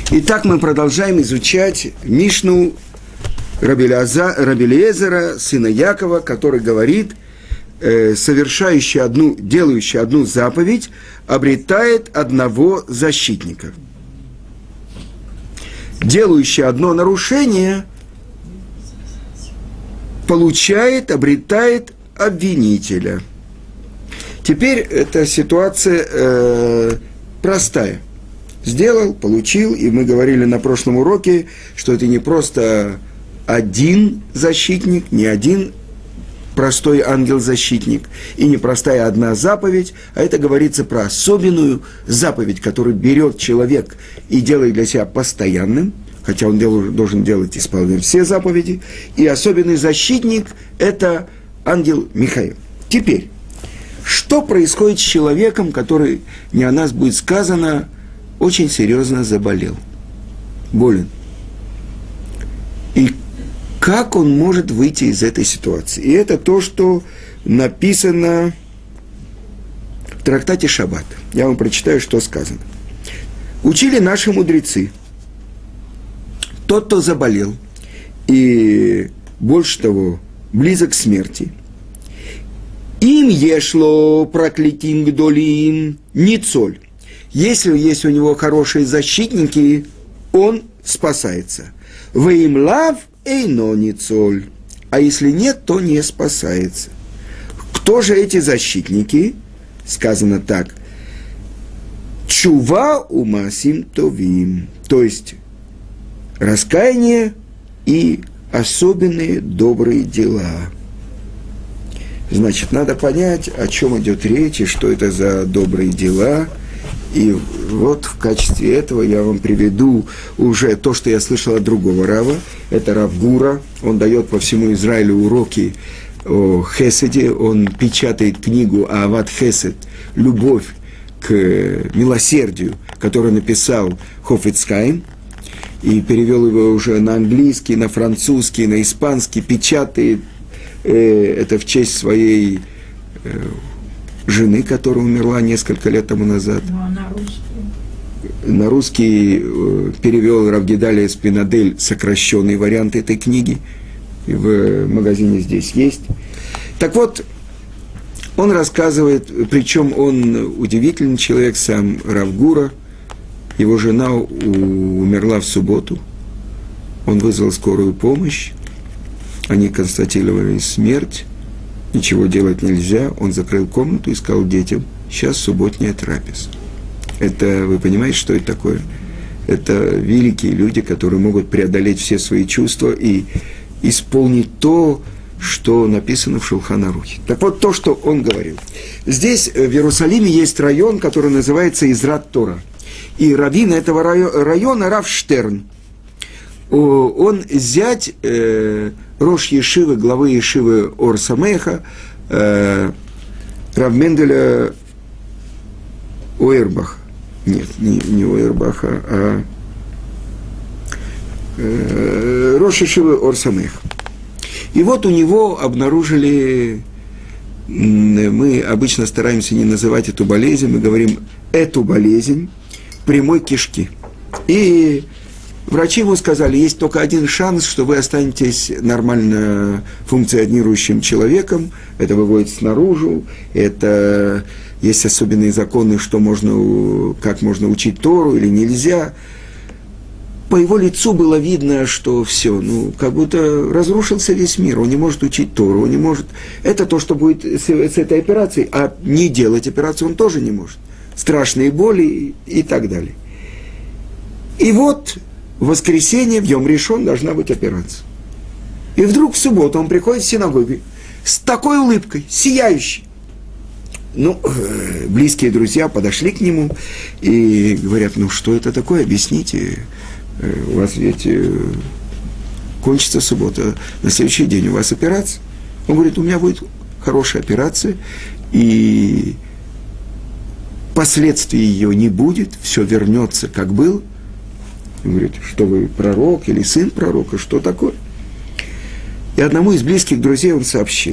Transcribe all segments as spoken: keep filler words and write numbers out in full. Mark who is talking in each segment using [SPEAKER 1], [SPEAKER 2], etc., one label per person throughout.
[SPEAKER 1] Итак, мы продолжаем изучать Мишну Раби Элиэзера, сына Якова, который говорит, э, совершающий одну, делающий одну заповедь, обретает одного защитника. Делающий одно нарушение получает, обретает обвинителя. Теперь эта ситуация э, простая. Сделал, получил, и мы говорили на прошлом уроке, что это не просто один защитник, не один простой ангел-защитник, и не простая одна заповедь, а это говорится про особенную заповедь, которую берет человек и делает для себя постоянным, хотя он дел, должен делать, исполнять все заповеди, и особенный защитник – это ангел Михаил. Теперь, что происходит с человеком, который, не о нас будет сказано, очень серьезно заболел, болен. И как он может выйти из этой ситуации? И это то, что написано в трактате Шаббат. Я вам прочитаю, что сказано. Учили наши мудрецы. Тот, кто заболел, и больше того, близок к смерти, им ешло проклятим гдолим ницоль. Если есть у него хорошие защитники, он спасается. Веим лав эйно ницоль. А если нет, то не спасается. Кто же эти защитники? Сказано так. Чува умасим товим. То есть раскаяние и особенные добрые дела. Значит, надо понять, о чем идет речь и что это за добрые дела. И вот в качестве этого я вам приведу уже то, что я слышал от другого рава. Это рав Гура. Он дает по всему Израилю уроки о Хеседе. Он печатает книгу Аават Хесед «Любовь к милосердию», которую написал Хафец Хаим. И перевел его уже на английский, на французский, на испанский. Печатает э, это в честь своей э, жены, которая умерла несколько лет тому назад.
[SPEAKER 2] Ну, а на русский?
[SPEAKER 1] На русский э, перевел рав Гедалия Спинадель сокращенный вариант этой книги. В магазине здесь есть. Так вот, он рассказывает, причем он удивительный человек, сам рав Гура. Его жена умерла в субботу. Он вызвал скорую помощь. Они констатировали смерть. Ничего делать нельзя. Он закрыл комнату и сказал детям: сейчас субботняя трапеза. Это, вы понимаете, что это такое? Это великие люди, которые могут преодолеть все свои чувства и исполнить то, что написано в Шулхан Арухе. Так вот, то, что он говорил. Здесь, в Иерусалиме, есть район, который называется Израт Тора. И раввин этого района, рав Штерн, он зять э, рош Ешивы, главы Ешивы Ор Самеха, э, рав Менделя Ойербаха. Нет, не, не Ойербаха, а э, рош Ешивы Ор Самеха. И вот у него обнаружили, мы обычно стараемся не называть эту болезнь, мы говорим эту болезнь прямой кишки. И врачи ему сказали, есть только один шанс, что вы останетесь нормально функционирующим человеком. Это выводится наружу, это есть особенные законы, что можно, как можно учить Тору или нельзя. По его лицу было видно, что все, ну, как будто разрушился весь мир, он не может учить Тору, он не может... Это то, что будет с, с этой операцией, а не делать операцию он тоже не может. Страшные боли и так далее. И вот в воскресенье, в Йом Ришон, должна быть операция. И вдруг в субботу он приходит в синагогу с такой улыбкой, сияющей. Ну, близкие друзья подошли к нему и говорят: ну, что это такое, объясните, у вас ведь кончится суббота, на следующий день у вас операция. Он говорит: у меня будет хорошая операция, и последствий ее не будет, все вернется, как был. Он говорит: что вы, пророк или сын пророка, что такое? И одному из близких друзей он сообщил,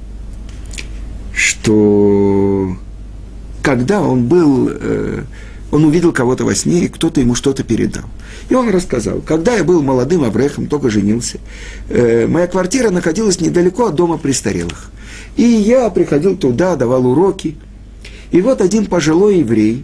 [SPEAKER 1] что когда он был э, он увидел кого-то во сне, и кто-то ему что-то передал. И он рассказал, когда я был молодым аврехом, только женился, э, моя квартира находилась недалеко от дома престарелых. И я приходил туда, давал уроки. И вот один пожилой еврей,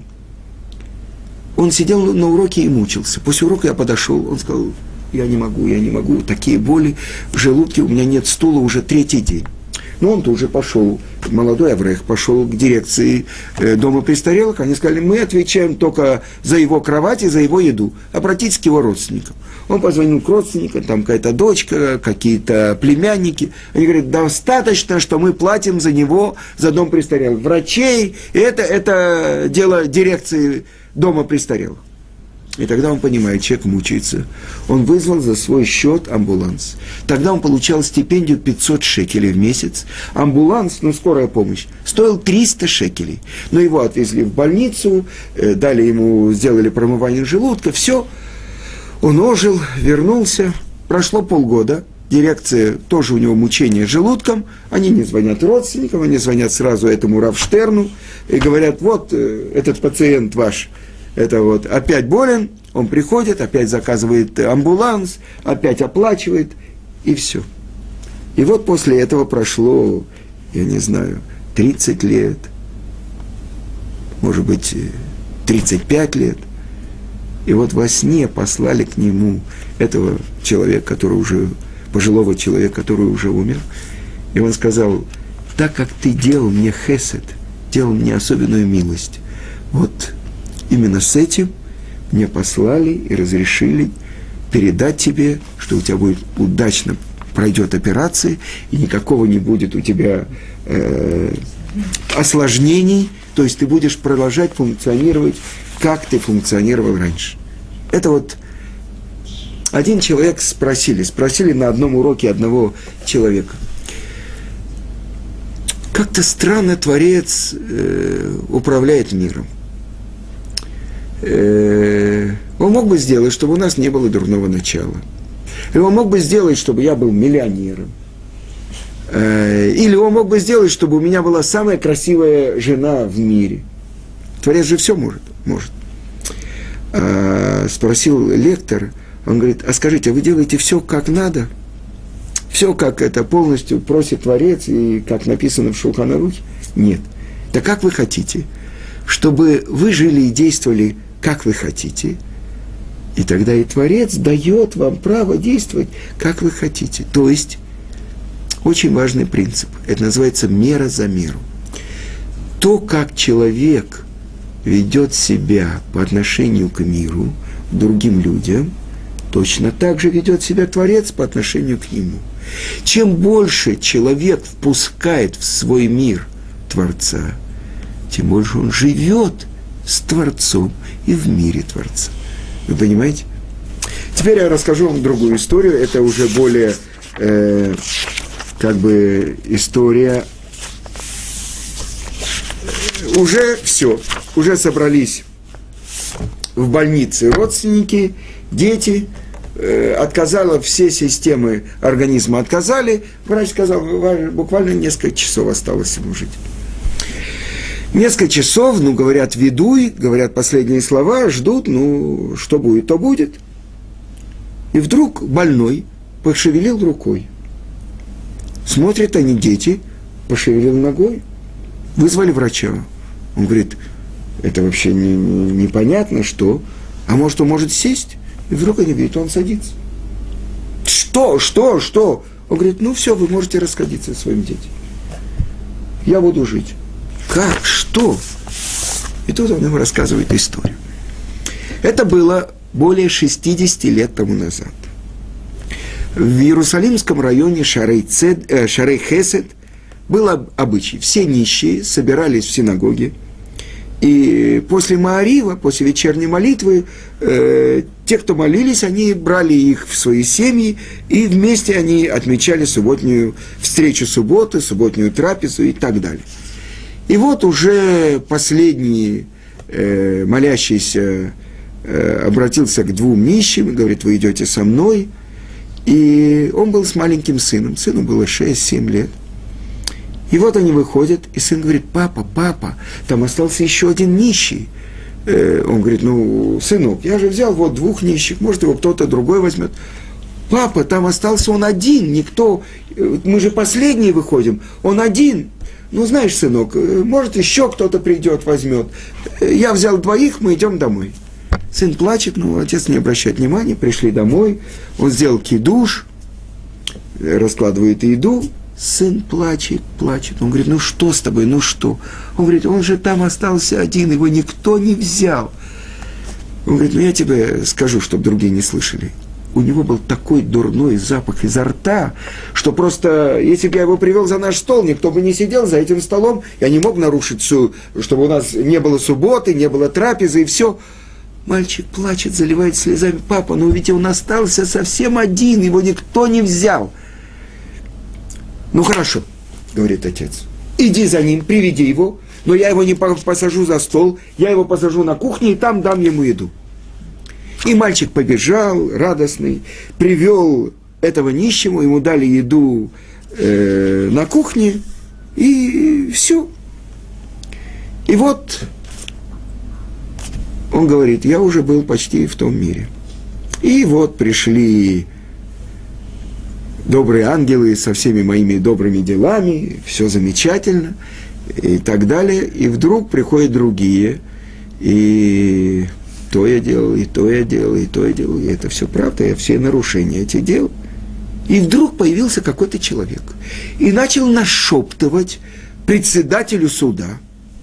[SPEAKER 1] он сидел на уроке и мучился. После урока я подошел, он сказал, я не могу, я не могу, такие боли в желудке, у меня нет стула уже третий день. Но он тут же пошел, молодой аврех, пошел к дирекции э, дома престарелых. Они сказали, мы отвечаем только за его кровать и за его еду. Обратитесь к его родственникам. Он позвонил к родственникам, там какая-то дочка, какие-то племянники. Они говорят, достаточно, что мы платим за него, за дом престарелых. Врачей, и это, это дело дирекции дома престарелых. И тогда он понимает, человек мучается. Он вызвал за свой счет амбуланс. Тогда он получал стипендию пятьсот шекелей в месяц. Амбуланс, ну, скорая помощь, стоил триста шекелей. Но его отвезли в больницу, дали ему, сделали промывание желудка, все. Он ожил, вернулся. Прошло полгода. Дирекция, тоже у него мучение с желудком. Они не звонят родственникам, они звонят сразу этому Рав Штерну и говорят, вот этот пациент ваш, это вот опять болен, он приходит, опять заказывает амбуланс, опять оплачивает, и все. И вот после этого прошло, я не знаю, тридцать лет, может быть, тридцать пять лет. И вот во сне послали к нему этого человека, который уже, пожилого человека, который уже умер. И он сказал, так как ты делал мне хесед, делал мне особенную милость, вот именно с этим мне послали и разрешили передать тебе, что у тебя будет удачно пройдет операция, и никакого не будет у тебя э, осложнений, то есть ты будешь продолжать функционировать, как ты функционировал раньше. Это вот один человек спросили, спросили на одном уроке одного человека. Как-то странно Творец э, управляет миром. Он мог бы сделать, чтобы у нас не было дурного начала. Или он мог бы сделать, чтобы я был миллионером. Или он мог бы сделать, чтобы у меня была самая красивая жена в мире. Творец же все может. может. А, спросил лектор, он говорит, а скажите, а вы делаете все как надо? Все как это полностью просит Творец и как написано в Шулхан Арухе? Нет. Да как вы хотите? Чтобы вы жили и действовали, как вы хотите, и тогда и Творец дает вам право действовать, как вы хотите. То есть, очень важный принцип. Это называется мера за меру. То, как человек ведет себя по отношению к миру, к другим людям, точно так же ведет себя Творец по отношению к нему. Чем больше человек впускает в свой мир Творца, тем больше он живет с Творцом и в мире Творца. Вы понимаете? Теперь я расскажу вам другую историю. Это уже более, э, как бы, история. Уже все. Уже собрались в больнице родственники, дети. Э, отказала все системы организма. Отказали. Врач сказал, буквально несколько часов осталось ему жить. Несколько часов, ну, говорят, ведуй, говорят последние слова, ждут, ну, что будет, то будет. И вдруг больной пошевелил рукой. Смотрят они, дети, пошевелил ногой. Вызвали врача. Он говорит, это вообще не, не, непонятно, что. А может, он может сесть? И вдруг они видят, он садится. Что, что, что? Он говорит, ну, все, вы можете расходиться со своим детям. Я буду жить. Как? Что? И тут он им рассказывает историю. Это было более шестьдесят лет тому назад. В Иерусалимском районе Шарей-Цед, э, Шарей-Хесед был обычай. Все нищие собирались в синагоге. И после Маарива, после вечерней молитвы, э, те, кто молились, они брали их в свои семьи, и вместе они отмечали субботнюю встречу субботы, субботнюю трапезу и так далее. И вот уже последний э, молящийся э, обратился к двум нищим, говорит, вы идете со мной. И он был с маленьким сыном, сыну было шесть-семь лет. И вот они выходят, и сын говорит, папа, папа, там остался еще один нищий. э, он говорит, ну, сынок, я же взял вот двух нищих, может, его кто-то другой возьмет. Папа, там остался он один, никто, мы же последние выходим, он один. Ну, знаешь, сынок, может, еще кто-то придет, возьмет. Я взял двоих, мы идем домой. Сын плачет, но отец не обращает внимания, пришли домой, он сделал кидуш, раскладывает еду, сын плачет, плачет. Он говорит, ну что с тобой, ну что? Он говорит, он же там остался один, его никто не взял. Он говорит, ну я тебе скажу, чтобы другие не слышали. У него был такой дурной запах изо рта, что просто, если бы я его привел за наш стол, никто бы не сидел за этим столом, я не мог нарушить, всю, чтобы у нас не было субботы, не было трапезы и все. Мальчик плачет, заливает слезами, папа, ну ведь он остался совсем один, его никто не взял. Ну хорошо, говорит отец, иди за ним, приведи его, но я его не посажу за стол, я его посажу на кухне и там дам ему еду. И мальчик побежал, радостный, привел этого нищему, ему дали еду э, на кухне, и все. И вот он говорит, я уже был почти в том мире. И вот пришли добрые ангелы со всеми моими добрыми делами, все замечательно, и так далее. И вдруг приходят другие, и то я делал, и то я делал, и то я делал, и это все правда, я все нарушения эти делал. И вдруг появился какой-то человек и начал нашептывать председателю суда.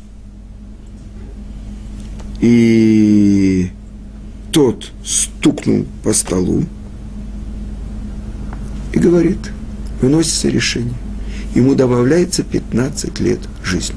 [SPEAKER 1] И тот стукнул по столу и говорит, выносится решение. Ему добавляется пятнадцать лет жизни.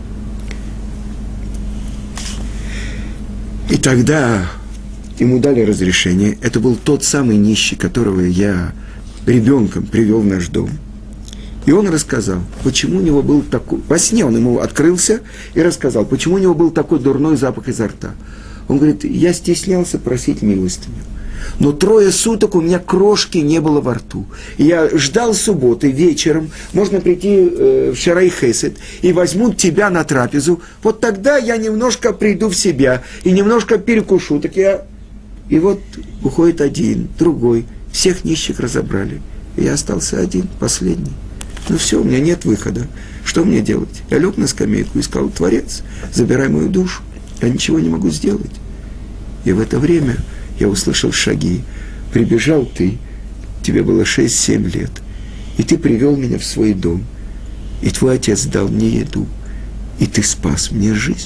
[SPEAKER 1] И тогда ему дали разрешение. Это был тот самый нищий, которого я ребенком привел в наш дом. И он рассказал, почему у него был такой... Во сне он ему открылся и рассказал, почему у него был такой дурной запах изо рта. Он говорит, я стеснялся просить милостыню. Но трое суток у меня крошки не было во рту. И я ждал субботы вечером, можно прийти э, в Шарай Хесед, и возьмут тебя на трапезу. Вот тогда я немножко приду в себя и немножко перекушу. Так я... И вот уходит один, другой. Всех нищих разобрали. И я остался один, последний. Ну все, у меня нет выхода. Что мне делать? Я лег на скамейку и сказал, Творец, забирай мою душу. Я ничего не могу сделать. И в это время я услышал шаги. Прибежал ты, тебе было шесть-семь лет, и ты привел меня в свой дом. И твой отец дал мне еду, и ты спас мне жизнь.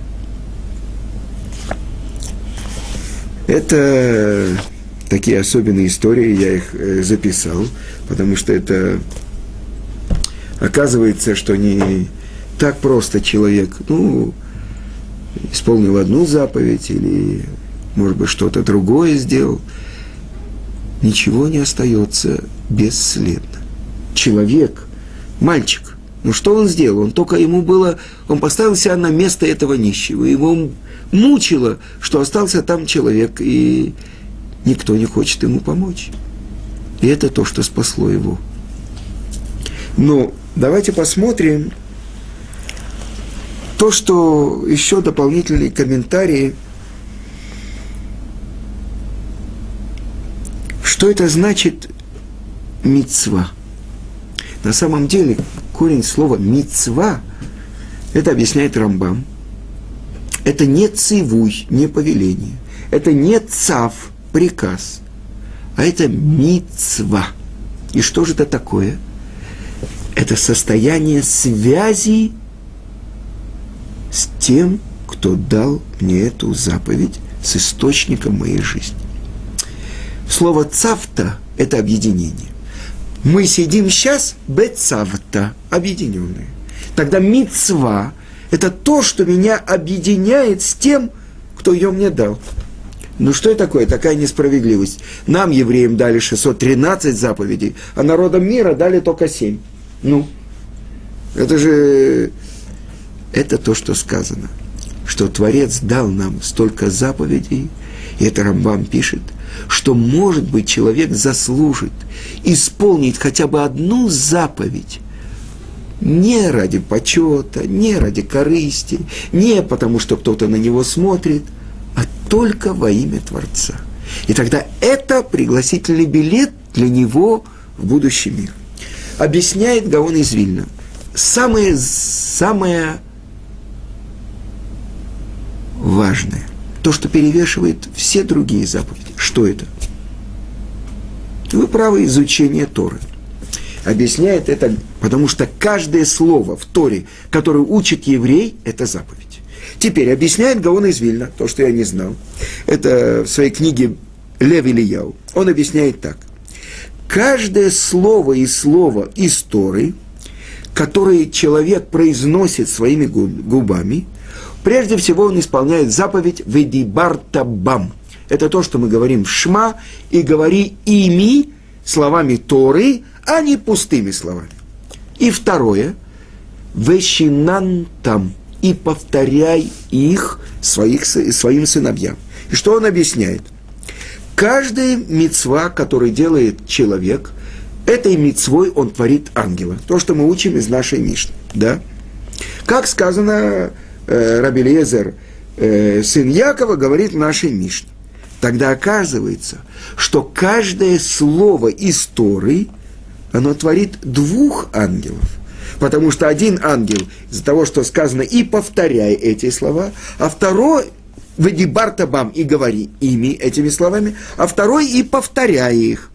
[SPEAKER 1] Это такие особенные истории, я их э, записал, потому что это оказывается, что не так просто человек, ну, исполнил одну заповедь или, может быть, что-то другое сделал, ничего не остается бесследно. Человек, мальчик, ну что он сделал? Он только ему было, он поставил себя на место этого нищего, его мучило, что остался там человек, и никто не хочет ему помочь. И это то, что спасло его. Но давайте посмотрим то, что еще дополнительные комментарии. Что это значит мицва? На самом деле корень слова мицва, это объясняет Рамбам. Это не цивуй, не повеление. Это не цав, приказ. А это мицва. И что же это такое? Это состояние связи с тем, кто дал мне эту заповедь, с источником моей жизни. Слово «цавта» – это объединение. Мы сидим сейчас бецавта, объединенные. Тогда мицва – это то, что меня объединяет с тем, кто ее мне дал. Ну что это такое, такая несправедливость? Нам, евреям, дали шестьсот тринадцать заповедей, а народам мира дали только семь. Ну, это же... Это то, что сказано, что Творец дал нам столько заповедей, и это Рамбам пишет, что, может быть, человек заслужит исполнить хотя бы одну заповедь Не ради почета, не ради корысти, не потому, что кто-то на него смотрит, а только во имя Творца. И тогда это пригласительный билет для него в будущий мир. Объясняет Гаон из Вильна. Самое, самое важное, то, что перевешивает все другие заповеди. Что это? Вы правы, изучение Торы. Объясняет это, потому что каждое слово в Торе, которое учит еврей, это заповедь. Теперь объясняет Гаон из Вильна, то, что я не знал. Это в своей книге Лев Ильяу. Он объясняет так. Каждое слово и слово из Торы, которое человек произносит своими губами, прежде всего он исполняет заповедь «Ведибарта бам». Это то, что мы говорим в Шма, и говори ими, словами Торы, а не пустыми словами. И второе «Вешинан там», и повторяй их своих, своим сыновьям. И что он объясняет? Каждая мицва, которую делает человек, этой мицвой он творит ангела. То, что мы учим из нашей Мишны. Да? Как сказано, э, Раби Элиэзер, э, сын Якова, говорит в нашей Мишне. Тогда оказывается, что каждое слово из Торы, оно творит двух ангелов. Потому что один ангел из-за того, что сказано, и повторяй эти слова, а второй, «Ведибарта бам», и говори ими, этими словами, а второй и повторяй их.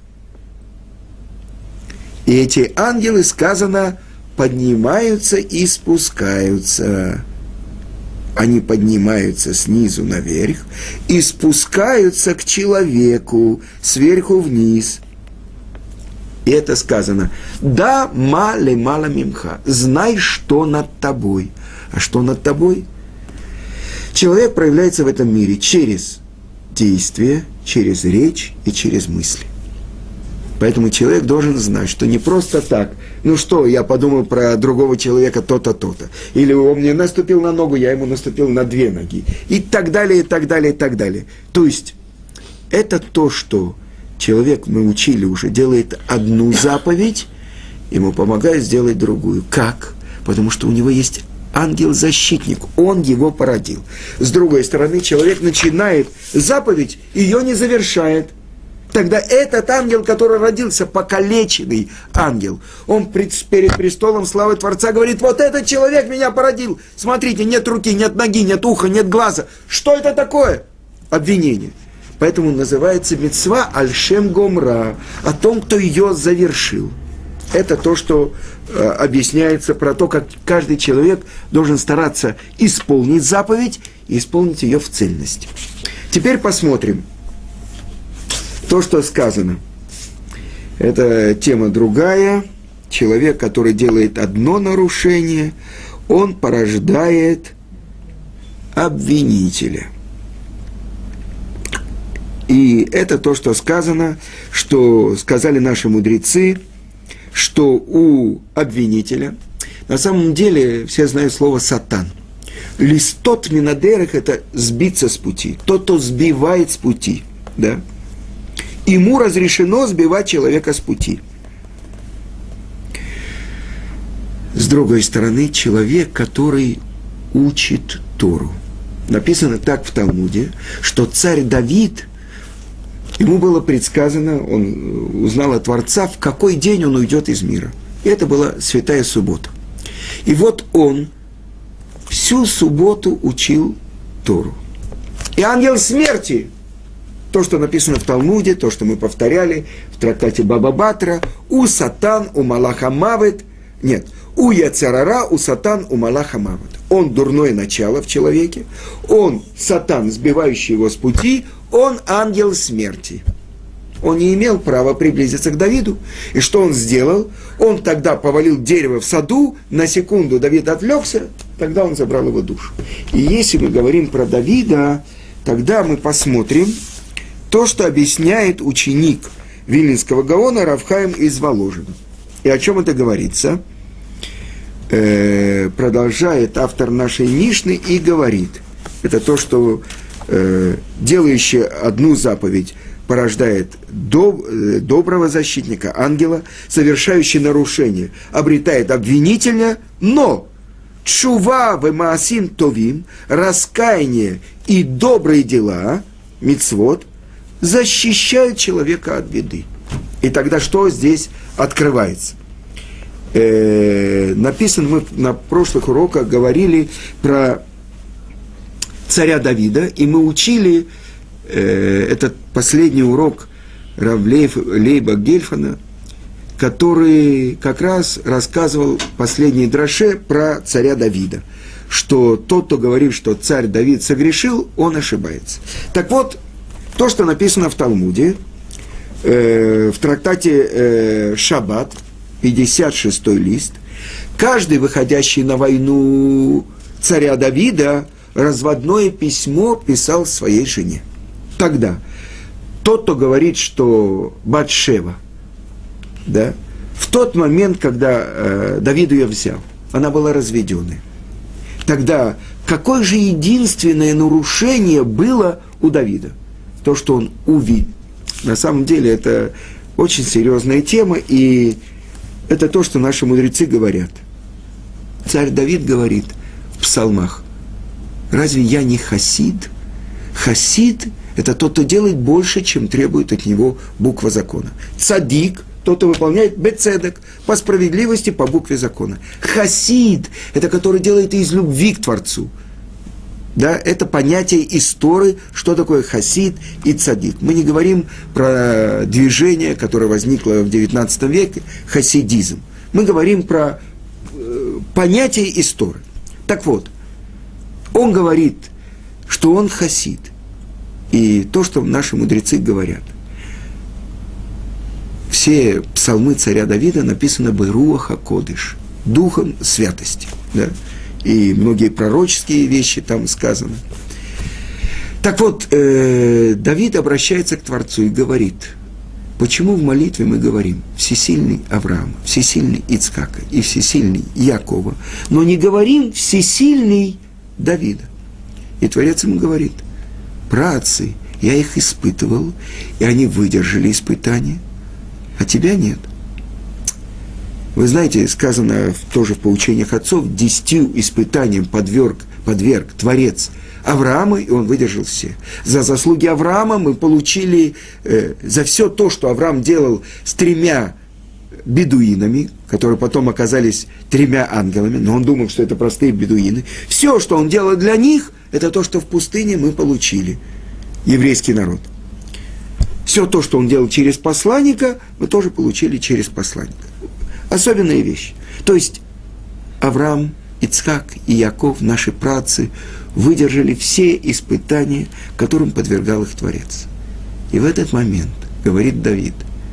[SPEAKER 1] И эти ангелы, сказано, поднимаются и спускаются. Они поднимаются снизу наверх и спускаются к человеку сверху вниз. И это сказано, да мале мала мимха, знай, что над тобой. А что над тобой? Человек проявляется в этом мире через действие, через речь и через мысли. Поэтому человек должен знать, что не просто так, ну что, я подумал про другого человека то-то, то-то. Или он мне наступил на ногу, я ему наступил на две ноги. И так далее, и так далее, и так далее. То есть, это то, что человек, мы учили уже, делает одну заповедь, ему помогает сделать другую. Как? Потому что у него есть ангел-защитник, он его породил. С другой стороны, человек начинает заповедь, ее не завершает. Тогда этот ангел, который родился, покалеченный ангел, он пред, перед престолом славы Творца говорит, вот этот человек меня породил. Смотрите, нет руки, нет ноги, нет уха, нет глаза. Что это такое? Обвинение. Поэтому называется мицва аль-шем гомра, о том, кто ее завершил. Это то, что э, объясняется про то, как каждый человек должен стараться исполнить заповедь и исполнить ее в цельности. Теперь посмотрим то, что сказано. Это тема другая. Человек, который делает одно нарушение, он порождает обвинителя. И это то, что сказано, что сказали наши мудрецы, что у обвинителя, на самом деле, все знают слово «сатан». Листот минадерах – это сбиться с пути, тот, кто сбивает с пути, да? Ему разрешено сбивать человека с пути. С другой стороны, человек, который учит Тору. Написано так в Талмуде, что царь Давид, ему было предсказано, он узнал от Творца, в какой день он уйдет из мира. И это была святая суббота. И вот он всю субботу учил Тору. И ангел смерти, то, что написано в Талмуде, то, что мы повторяли в трактате Баба Батра, у сатан, у малаха мавет, нет, у яцерара, у сатан, у малаха мавет. Он дурное начало в человеке, он сатан, сбивающий его с пути, он ангел смерти. Он не имел права приблизиться к Давиду. И что он сделал? Он тогда повалил дерево в саду, на секунду Давид отвлекся, тогда он забрал его душу. И если мы говорим про Давида, тогда мы посмотрим то, что объясняет ученик Вильнинского Гаона Рав Хаим из Воложина. И о чем это говорится? Э, продолжает автор нашей Мишны и говорит. Это то, что э, делающий одну заповедь порождает доб, доброго защитника, ангела, совершающий нарушение, обретает обвинителя, но тшува вемаасим товим, раскаяние и добрые дела, мицвот, защищают человека от беды. И тогда что здесь открывается? Э, написано, мы на прошлых уроках говорили про царя Давида, и мы учили э, этот последний урок Рав Лейба Гельфана, который как раз рассказывал последний драше про царя Давида, что тот, кто говорит, что царь Давид согрешил, он ошибается. Так вот, то, что написано в Талмуде, э, в трактате э, Шаббат, пятьдесят шестой лист, каждый, выходящий на войну царя Давида, разводное письмо писал своей жене. Тогда тот, кто говорит, что Батшева, да, в тот момент, когда э, Давид ее взял, она была разведенной. Тогда какое же единственное нарушение было у Давида? То, что он увидел. На самом деле это очень серьезная тема, и это то, что наши мудрецы говорят. Царь Давид говорит в псалмах: разве я не хасид? Хасид – это тот, кто делает больше, чем требует от него буква закона. Цадик – тот, кто выполняет бецедек, по справедливости, по букве закона. Хасид – это который делает из любви к Творцу. Да, это понятие из Торы, что такое хасид и цадик. Мы не говорим про движение, которое возникло в девятнадцатом веке, хасидизм. Мы говорим про э, понятие из Торы. Так вот, он говорит, что он хасид. И то, что наши мудрецы говорят. Все псалмы царя Давида написаны «Беруах ха-кодыш», духом святости. Да? И многие пророческие вещи там сказаны. Так вот, э, Давид обращается к Творцу и говорит, почему в молитве мы говорим «всесильный Авраама», «всесильный Ицхака» и «всесильный Якова», но не говорим «всесильный Давида». И Творец ему говорит: праотцы, я их испытывал, и они выдержали испытания, а тебя нет. Вы знаете, сказано тоже в поучениях отцов, десятью испытаниям подверг, подверг Творец Авраама, и он выдержал все. За заслуги Авраама мы получили, э, за все то, что Авраам делал с тремя бедуинами, которые потом оказались тремя ангелами, но он думал, что это простые бедуины. Все, что он делал для них, это то, что в пустыне мы получили, еврейский народ. Все то, что он делал через посланника, мы тоже получили через посланника. Особенная вещь. То есть Авраам, Ицхак и Яков, наши праотцы, выдержали все испытания, которым подвергал их Творец. И в этот момент говорит Давид: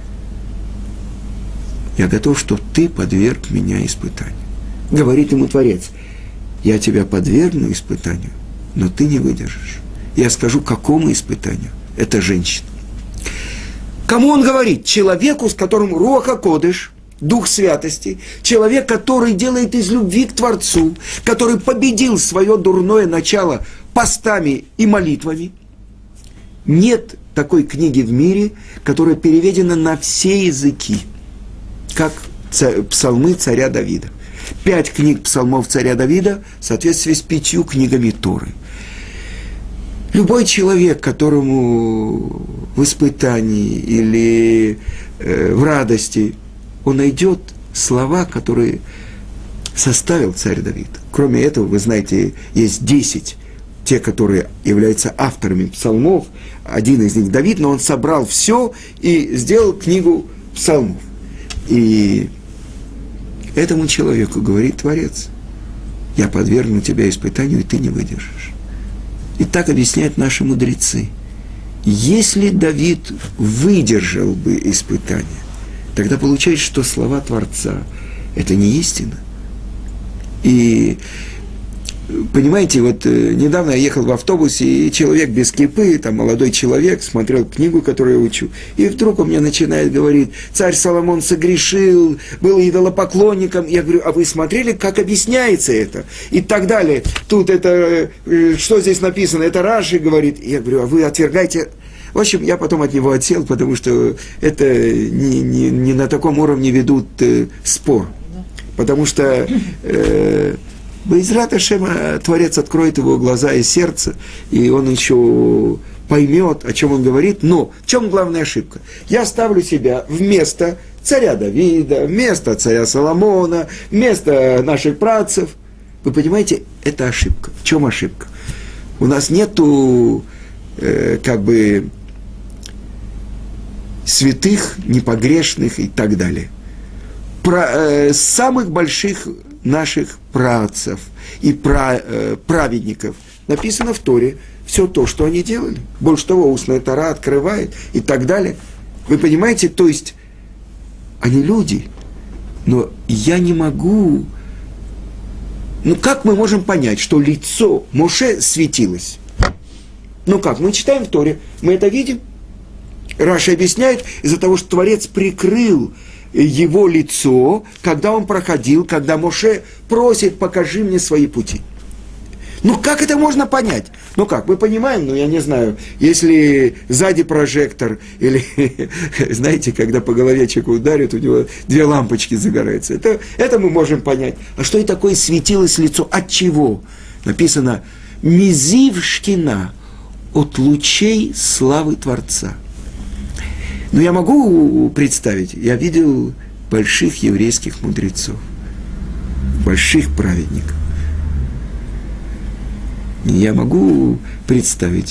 [SPEAKER 1] я готов, что ты подверг меня испытанию. Говорит ему Творец: я тебя подвергну испытанию, но ты не выдержишь. Я скажу, какому испытанию? Это женщина. Кому он говорит? Человеку, с которым руах ха-кодыш, дух святости, человек, который делает из любви к Творцу, который победил свое дурное начало постами и молитвами. Нет такой книги в мире, которая переведена на все языки, как псалмы царя Давида. Пять книг псалмов царя Давида в соответствии с пятью книгами Торы. Любой человек, которому в испытании или э, в радости, он найдет слова, которые составил царь Давид. Кроме этого, вы знаете, есть десять, те, которые являются авторами псалмов. Один из них Давид, но он собрал все и сделал книгу псалмов. И этому человеку говорит Творец: я подвергну тебя испытанию, и ты не выдержишь. И так объясняют наши мудрецы. Если Давид выдержал бы испытание, тогда получается, что слова Творца – это не истина. И, понимаете, вот недавно я ехал в автобусе, и человек без кипы, там молодой человек, смотрел книгу, которую я учу, и вдруг он мне начинает говорить: царь Соломон согрешил, был идолопоклонником. Я говорю: а вы смотрели, как объясняется это? И так далее. Тут это, что здесь написано? Это Раши говорит. Я говорю: а вы отвергаете... В общем, я потом от него отсел, потому что это не, не, не на таком уровне ведут э, спор. Потому что э, Бейзрат Ашема Творец откроет его глаза и сердце, и он еще поймет, о чем он говорит. Но в чем главная ошибка? Я ставлю себя вместо царя Давида, вместо царя Соломона, вместо наших працев. Вы понимаете, это ошибка. В чем ошибка? У нас нету э, как бы святых, непогрешных и так далее. Про, э, самых больших наших працев и пра, э, праведников написано в Торе все то, что они делали. Больше того, устная Тора открывает и так далее. Вы понимаете, то есть они люди, но я не могу... Ну как мы можем понять, что лицо Моше светилось? Ну как, мы читаем в Торе, мы это видим. Раши объясняет, из-за того, что Творец прикрыл его лицо, когда он проходил, когда Моше просит, покажи мне свои пути. Ну как это можно понять? Ну как, мы понимаем, ну я не знаю, если сзади прожектор, или, знаете, когда по голове человека ударят, у него две лампочки загораются. Это, это мы можем понять. А что это такое светилось лицо? От чего? Написано, мизив шкина, от лучей славы Творца. Ну, я могу представить, я видел больших еврейских мудрецов, больших праведников. Я могу представить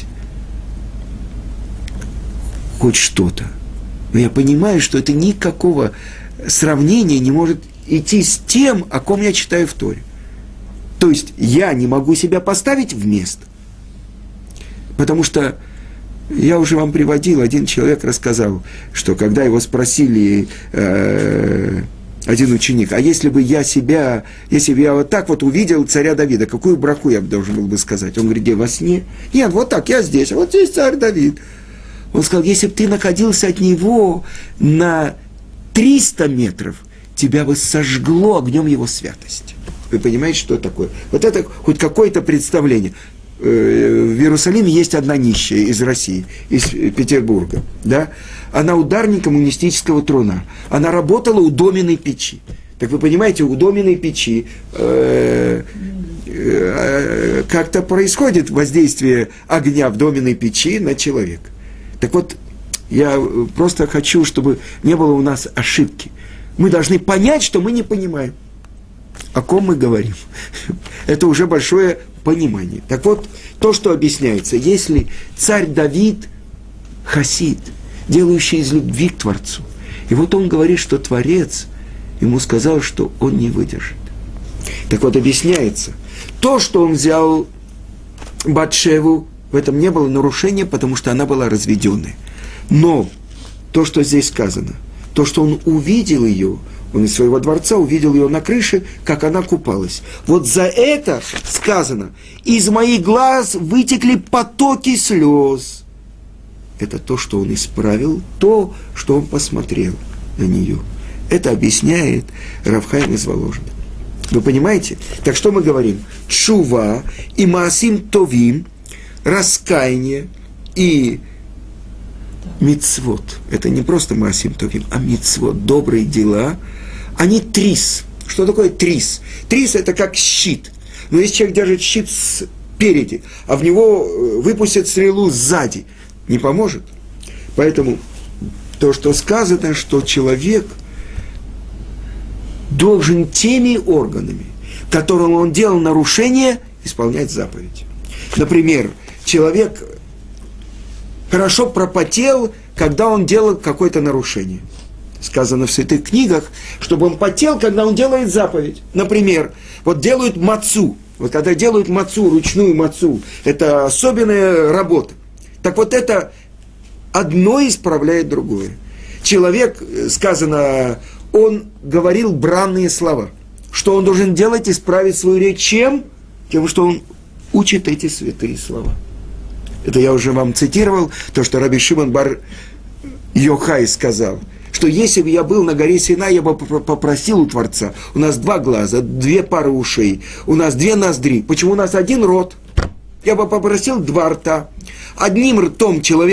[SPEAKER 1] хоть что-то, но я понимаю, что это никакого сравнения не может идти с тем, о ком я читаю в Торе. То есть я не могу себя поставить в место, потому что я уже вам приводил, один человек рассказал, что когда его спросили, э, один ученик, а если бы я себя, если бы я вот так вот увидел царя Давида, какую браху я должен был бы сказать? Он говорит, где, во сне? Нет, вот так, я здесь, вот здесь царь Давид. Он сказал, если бы ты находился от него на триста метров, тебя бы сожгло огнем его святости. Вы понимаете, что это такое? Вот это хоть какое-то представление. В Иерусалиме есть одна нищая из России, из Петербурга, да? Она ударник коммунистического трона. Она работала у доменной печи. Так вы понимаете, у доменной печи э, э, как-то происходит воздействие огня в доменной печи на человека. Так вот, я просто хочу, чтобы не было у нас ошибки. Мы должны понять, что мы не понимаем. О ком мы говорим. Это уже большое понимание. Так вот, то, что объясняется, если царь Давид хасид, делающий из любви к Творцу, и вот он говорит, что Творец ему сказал, что он не выдержит. Так вот, объясняется, то, что он взял Батшеву, в этом не было нарушения, потому что она была разведенной. Но то, что здесь сказано, то, что он увидел ее, он из своего дворца увидел ее на крыше, как она купалась. Вот за это сказано, из моих глаз вытекли потоки слез. Это то, что он исправил, то, что он посмотрел на нее. Это объясняет Рав Хаим из Воложина. Вы понимаете? Так что мы говорим? Тшува и маасим товим, раскаяние и мицвот. Это не просто маасим товим, а мицвот, добрые дела. Они трис. Что такое трис? Трис – это как щит. Но если человек держит щит спереди, а в него выпустят стрелу сзади, не поможет. Поэтому то, что сказано, что человек должен теми органами, которым он делал нарушение, исполнять заповедь. Например, человек хорошо пропотел, когда он делал какое-то нарушение. Сказано в святых книгах, чтобы он потел, когда он делает заповедь. Например, вот делают мацу. Вот когда делают мацу, ручную мацу, это особенная работа. Так вот это одно исправляет другое. Человек, сказано, он говорил бранные слова. Что он должен делать? Исправить свою речь чем? Тем, что он учит эти святые слова. Это я уже вам цитировал, то, что Раби Шимон бар Йохай сказал, что если бы я был на горе Синай, я бы попросил у Творца, у нас два глаза, две пары ушей, у нас две ноздри. Почему у нас один рот? Я бы попросил два рта. Одним ртом человек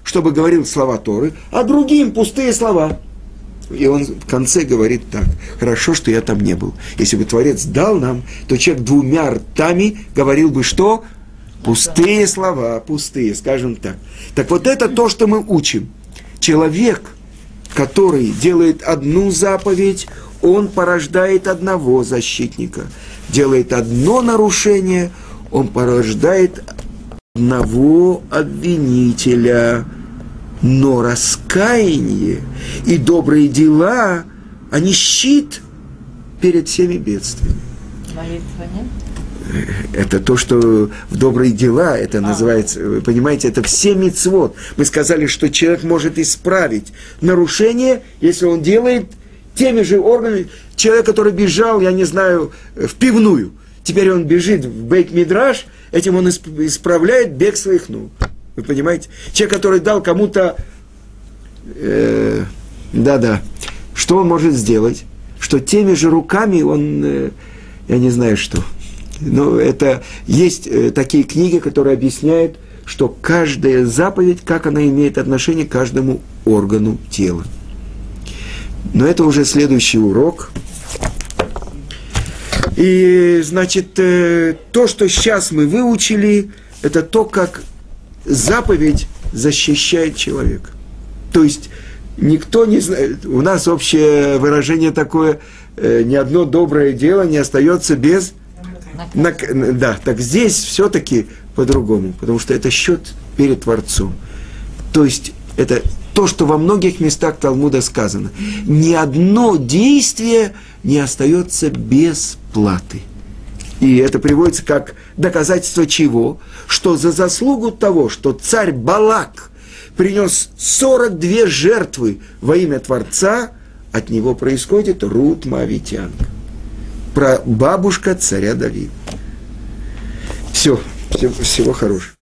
[SPEAKER 1] чтобы говорил слова Торы, а другим пустые слова. И он в конце говорит так: хорошо, что я там не был. Если бы Творец дал нам, то человек двумя ртами говорил бы что? Пустые слова, пустые, скажем так. Так вот это то, что мы учим. Человек, который делает одну заповедь, он порождает одного защитника. Делает одно нарушение, он порождает одного обвинителя. Но раскаяние и добрые дела, они щит перед всеми бедствиями.
[SPEAKER 2] Молитва нет?
[SPEAKER 1] Это то, что в добрые дела, это а. называется, вы понимаете, это все мицвот. Мы сказали, что человек может исправить нарушение, если он делает теми же органами. Человек, который бежал, я не знаю, в пивную, теперь он бежит в бейт-мидраш, этим он исправляет бег своих ног. Вы понимаете? Человек, который дал кому-то, э, да-да, что он может сделать? Что теми же руками он, э, я не знаю что. Но это есть э, такие книги, которые объясняют, что каждая заповедь, как она имеет отношение к каждому органу тела. Но это уже следующий урок. И, значит, э, то, что сейчас мы выучили, это то, как заповедь защищает человека. То есть никто не знает, у нас общее выражение такое, э, ни одно доброе дело не остается без... Нак... Да, так здесь все-таки по-другому, потому что это счет перед Творцом. То есть это то, что во многих местах Талмуда сказано. Ни одно действие не остается без платы. И это приводится как доказательство чего? Что за заслугу того, что царь Балак принес сорок две жертвы во имя Творца, от него происходит Рут Моавитянка, прабабушка царя Давида. Все, всего хорошего.